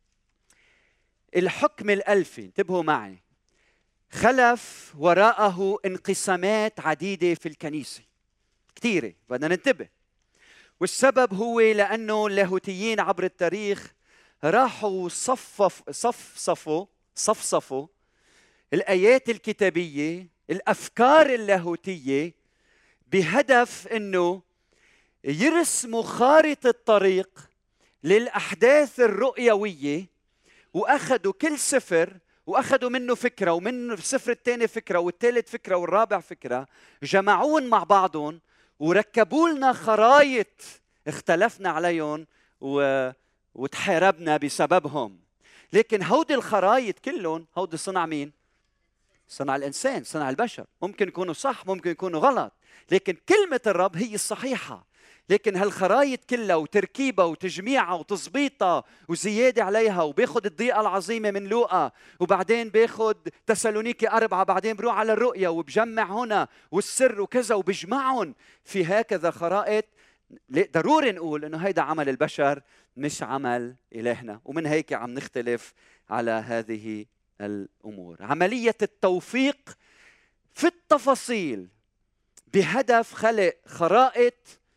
الحكم الألفي، انتبهوا معي، خلف وراءه انقسامات عديدة في الكنيسة، كثيرة، بدنا ننتبه. والسبب هو لأنه اللاهوتيين عبر التاريخ راحوا صفصفوا الآيات الكتابية، الأفكار اللاهوتية، بهدف أنه يرسموا خارطة طريق للأحداث الرؤيوية، وأخذوا كل سفر وأخذوا منه فكرة، ومن السفر الثاني فكرة، والثالث فكرة، والرابع فكرة، جمعوهم مع بعضهم وركبوا لنا خرايط اختلفنا عليهم وتحاربنا بسببهم. لكن هودي الخرايط كلهم هودي صنع مين؟ صنع الإنسان، صنع البشر. ممكن يكونوا صح، ممكن يكونوا غلط، لكن كلمة الرب هي الصحيحة. لكن هالخرايط كلها وتركيبها وتجميعها وتظبيطها وزيادة عليها، وباخد الضيقة العظيمة من لوقا، وبعدين باخد تسالونيكي 4، بعدين بروح على الرؤيا وبجمع هنا والسر وكذا وبجمعهم في هكذا خرائط. ضروري نقول انه هيدا عمل البشر مش عمل إلهنا، ومن هيك عم نختلف على هذه الأمور. عملية التوفيق في التفاصيل بهدف خلق خرائط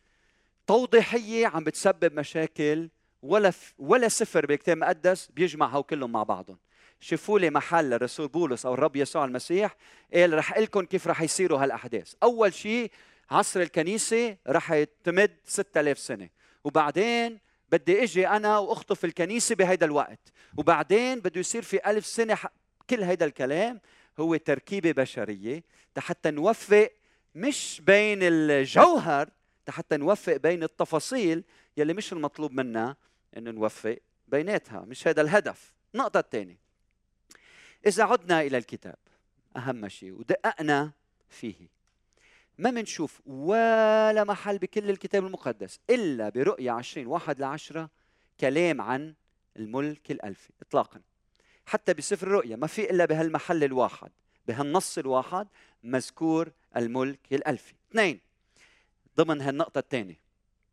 توضيحية عم بتسبب مشاكل، ولا سفر بالكتاب المقدس بيجمعها كلهم مع بعضهم. شوفوا لي محل الرسول بولس أو الرب يسوع المسيح قال رح لكم كيف رح يصيروا هالأحداث. أول شيء عصر الكنيسة رح تمد 6000 سنة، وبعدين بدي اجي انا واخطف الكنيسه بهيدا الوقت، وبعدين بده يصير في 1000 سنه. كل هيدا الكلام هو تركيبه بشريه حتى نوفق مش بين الجوهر، حتى نوفق بين التفاصيل يلي مش المطلوب منا انه نوفق بيناتها، مش هذا الهدف. النقطه الثانيه: اذا عدنا الى الكتاب اهم شيء ودققنا فيه، ما منشوف ولا محل بكل الكتاب المقدس إلا برؤيا 20:1-10 كلام عن الملك الألفي إطلاقا. حتى بسفر الرؤيا ما في إلا بهالمحل الواحد، بهالنص الواحد مذكور الملك الألفي. 2 ضمن هالنقطة الثانية،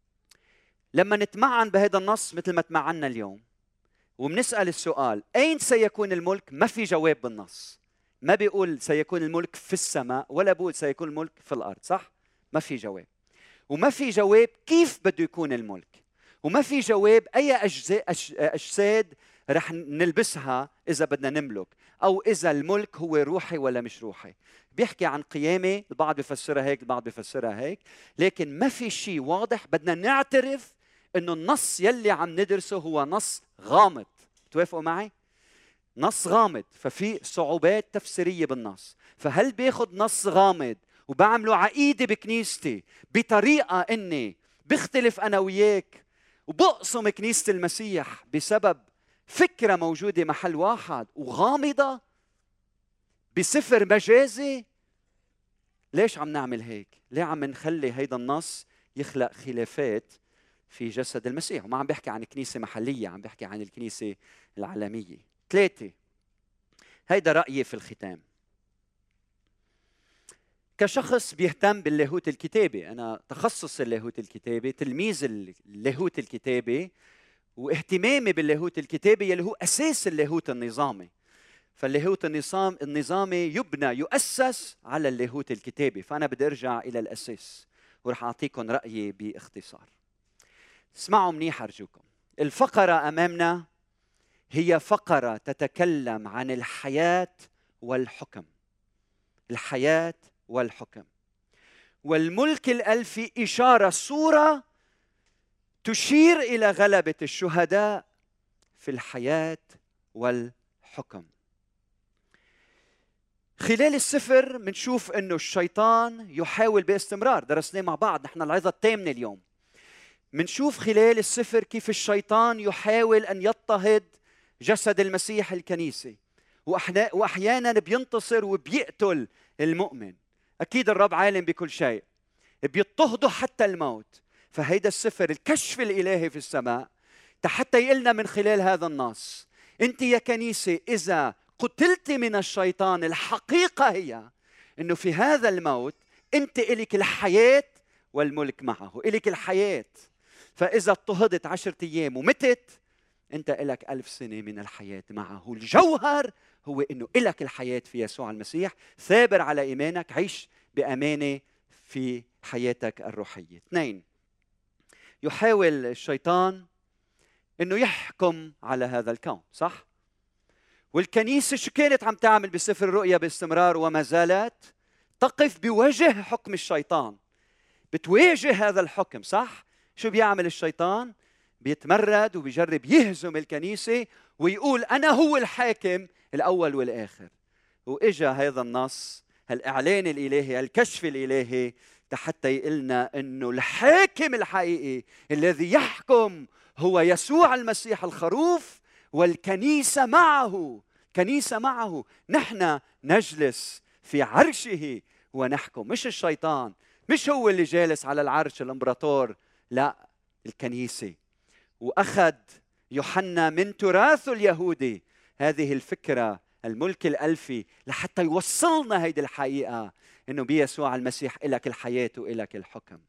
لما نتمعن بهذا النص مثل ما تمعنا اليوم وبنسأل السؤال أين سيكون الملك، ما في جواب بالنص. ما بيقول سيكون الملك في السماء ولا بيقول سيكون الملك في الأرض، صح؟ ما في جواب. وما في جواب كيف بده يكون الملك، وما في جواب أي أجساد رح نلبسها إذا بدنا نملك، أو إذا الملك هو روحي ولا مش روحي. بيحكي عن قيامة، البعض بيفسرها هيك البعض بيفسرها هيك، لكن ما في شيء واضح. بدنا نعترف إنه النص يلي عم ندرسه هو نص غامض. توافقوا معي؟ نص غامض، ففي صعوبات تفسيرية بالنص. فهل باخد نص غامض وبعمله عقيدة بكنيستي بطريقة اني بختلف انا وياك وبقسم كنيسة المسيح بسبب فكرة موجودة محل واحد وغامضة بسفر مجازي؟ ليش عم نعمل هيك؟ ليه عم نخلي هيدا النص يخلق خلافات في جسد المسيح. وما عم بحكي عن كنيسة محلية، عم بحكي عن الكنيسة العالمية. 3، هيدا رأيي في الختام. كشخص بيهتم باللاهوت الكتابي، أنا تخصص اللاهوت الكتابي، تلميذ اللاهوت الكتابي، واهتمامي باللاهوت الكتابي يلي هو أساس اللاهوت النظامي. فاللاهوت النظامي يؤسس على اللاهوت الكتابي، فأنا بدي أرجع إلى الأساس ورح أعطيكم رأيي باختصار. اسمعوا منيح أرجوكم. الفقرة أمامنا هي فقرة تتكلم عن الحياة والحكم. الحياة والحكم. والملك الألفي إشارة، صورة تشير إلى غلبة الشهداء في الحياة والحكم. خلال السفر منشوف أنه الشيطان يحاول باستمرار، درسناه مع بعض نحن العظة الثامنة اليوم. منشوف خلال السفر كيف الشيطان يحاول أن يضطهد جسد المسيح الكنيسة، وأحيانا بينتصر وبيقتل المؤمن. أكيد الرب عالم بكل شيء، بيضطهده حتى الموت. فهيدا السفر الكشف الإلهي في السماء حتى يقلنا من خلال هذا النص: أنت يا كنيسة إذا قتلت من الشيطان، الحقيقة هي أنه في هذا الموت أنت إليك الحياة والملك معه، إليك الحياة. فإذا اضطهدت 10 أيام ومتت، أنت إلك 1000 سنة من الحياة معه. الجوهر هو أنه إلك الحياة في يسوع المسيح. ثابر على إيمانك، عيش بأمانة في حياتك الروحية. 2، يحاول الشيطان أنه يحكم على هذا الكون، صح؟ والكنيسة شو كانت عم تعمل بسفر الرؤيا باستمرار وما زالت؟ تقف بوجه حكم الشيطان، بتواجه هذا الحكم، صح؟ شو بيعمل الشيطان؟ بيتمرد وبيجرب يهزم الكنيسة ويقول أنا هو الحاكم الأول والآخر. وإجا هذا النص، هالإعلان الإلهي، هالكشف الإلهي، حتى يقلنا أنه الحاكم الحقيقي الذي يحكم هو يسوع المسيح الخروف، والكنيسة معه. كنيسة معه، نحن نجلس في عرشه ونحكم، مش الشيطان، مش هو اللي جالس على العرش الامبراطور، لا، الكنيسة. وأخذ يوحنا من تراثه اليهودي هذه الفكرة، الملك الألفي، لحتى يوصلنا هيدي الحقيقة إنه بيسوع المسيح إلك الحياة وإلك الحكم.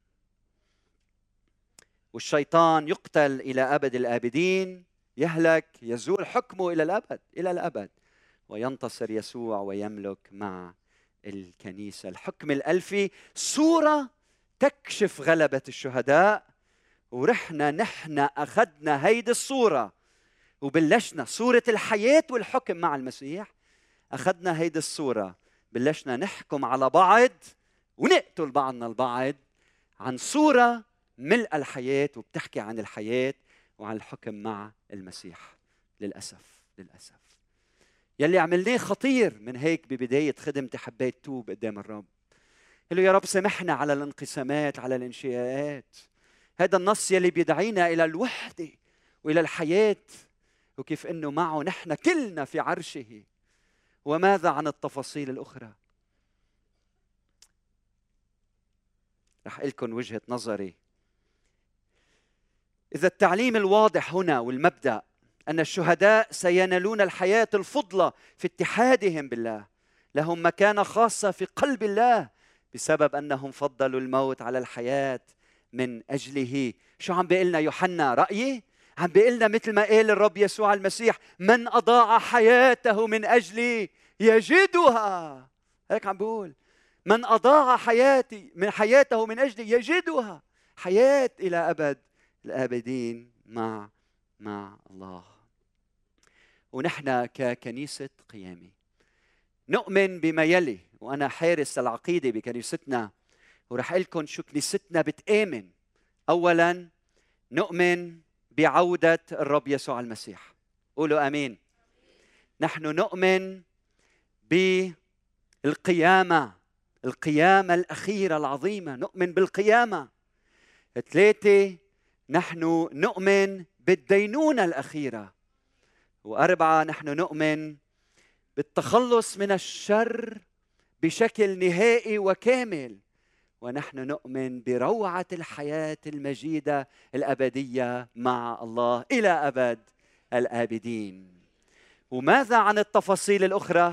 والشيطان يقتل إلى أبد الآبدين، يهلك، يزول حكمه إلى الأبد، إلى الأبد، وينتصر يسوع ويملك مع الكنيسة. الحكم الألفي صورة تكشف غلبة الشهداء، ورحنا نحن أخذنا هيدي الصورة وبلشنا صورة الحياة والحكم مع المسيح. أخذنا هيدي الصورة، بلشنا نحكم على بعض ونقتل بعضنا البعض عن صورة ملء الحياة، وبتحكي عن الحياة وعن الحكم مع المسيح. للأسف للأسف يلي عملناه خطير. من هيك ببداية خدمتي حبيت توب قدام الرب، قال له يا رب سامحنا على الانقسامات، على الانشقاقات. هذا النص يلي بيدعينا إلى الوحدة وإلى الحياة، وكيف أنه معه نحن كلنا في عرشه. وماذا عن التفاصيل الأخرى؟ رح لكم وجهة نظري. إذا التعليم الواضح هنا والمبدأ أن الشهداء سينالون الحياة الفضلى في اتحادهم بالله، لهم مكانة خاصة في قلب الله بسبب أنهم فضلوا الموت على الحياة من أجله. شو عم بيقلنا يوحنا؟ رأيي عم بيقلنا مثل ما قال الرب يسوع المسيح: من أضاع حياته من أجلي يجدها. هيك عم بيقول: من أضاع حياته من أجلي يجدها، حياة إلى أبد الآبدين مع الله. ونحن ككنيسة قيامي نؤمن بما يلي، وأنا حارس العقيدة بكنيستنا ورح أقول لكم شو كنيستنا بتآمن. أولاً نؤمن بعودة الرب يسوع المسيح. قولوا آمين. نحن نؤمن بالقيامة، القيامة الأخيرة العظيمة، نؤمن بالقيامة. 3، نحن نؤمن بالدينونة الأخيرة. 4، نحن نؤمن بالتخلص من الشر بشكل نهائي وكامل. ونحن نؤمن بروعة الحياة المجيدة الأبدية مع الله إلى أبد الآبدين. وماذا عن التفاصيل الأخرى؟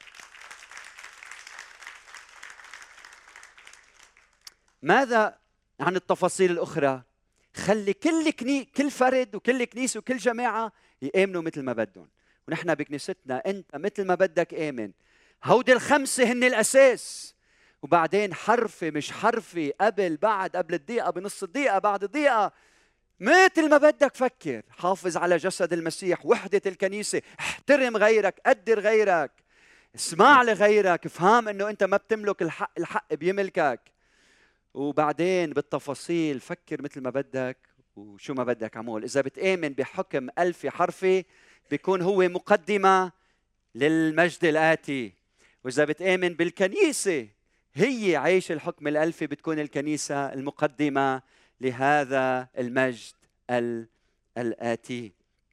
ماذا عن التفاصيل الأخرى؟ خلي كل فرد وكل كنيسة وكل جماعة يآمنوا مثل ما بدهم. ونحن بكنيستنا أنت مثل ما بدك آمن. هودي الخمسة هن الأساس، وبعدين حرفي مش حرفي، قبل بعد، قبل الدقيقة، بنص الدقيقة، بعد الدقيقة، مثل ما بدك فكر. حافظ على جسد المسيح، وحدة الكنيسة، احترم غيرك، قدر غيرك، اسمع لغيرك، افهم انه انت ما بتملك الحق، الحق بيملكك. وبعدين بالتفاصيل فكر مثل ما بدك وشو ما بدك عمول. إذا بتآمن بحكم ألفي حرفي بيكون هو مقدمة للمجد الآتي، وإذا بتآمن بالكنيسة هي عيش الحكم الألفي بتكون الكنيسة المقدمة لهذا المجد الآتي.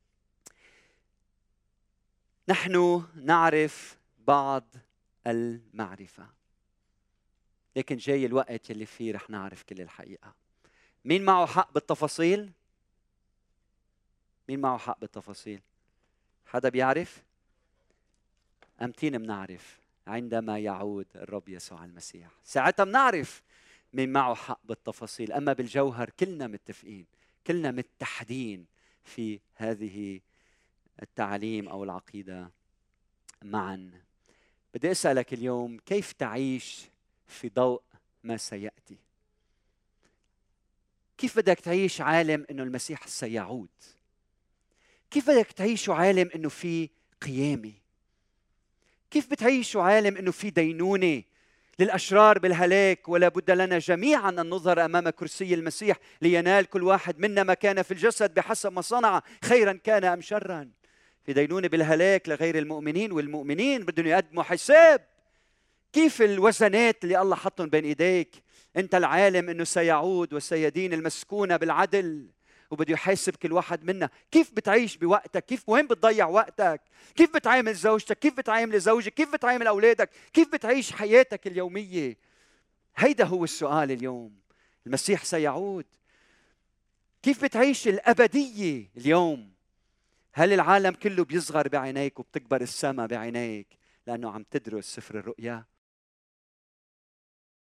نحن نعرف بعض المعرفة، لكن جاي الوقت اللي فيه رح نعرف كل الحقيقة. مين معه حق بالتفاصيل؟ مين معه حق بالتفاصيل؟ حدا بيعرف؟ أمتين بنعرف عندما يعود الرب يسوع المسيح، ساعتها بنعرف مين معه حق بالتفاصيل. أما بالجوهر كلنا متفقين، كلنا متحدين في هذه التعليم أو العقيدة معا. بدي أسألك اليوم، كيف تعيش في ضوء ما سيأتي؟ كيف بدك تعيش عالم إنه المسيح سيعود؟ كيف بدك تعيش عالم إنه في قيامة؟ كيف بتعيش عالم إنه في دينونة للأشرار بالهلاك؟ ولا بد لنا جميعا أن نظهر أمام كرسي المسيح لينال كل واحد منا ما كان في الجسد بحسب ما صنع، خيرا كان أم شرا. في دينونة بالهلاك لغير المؤمنين، والمؤمنين بدهم يقدموا حساب. كيف الوزنات اللي الله حطهم بين إيديك؟ أنت العالم أنه سيعود وسيدين المسكونة بالعدل وبده يحاسب كل واحد منا. كيف بتعيش بوقتك؟ كيف وين بتضيع وقتك؟ كيف بتعامل زوجتك؟ كيف بتعامل زوجك؟ كيف بتعامل أولادك؟ كيف بتعيش حياتك اليومية؟ هيدا هو السؤال اليوم. المسيح سيعود، كيف بتعيش الأبدية اليوم؟ هل العالم كله بيصغر بعينيك وبتكبر السماء بعينيك لأنه عم تدرس سفر الرؤيا؟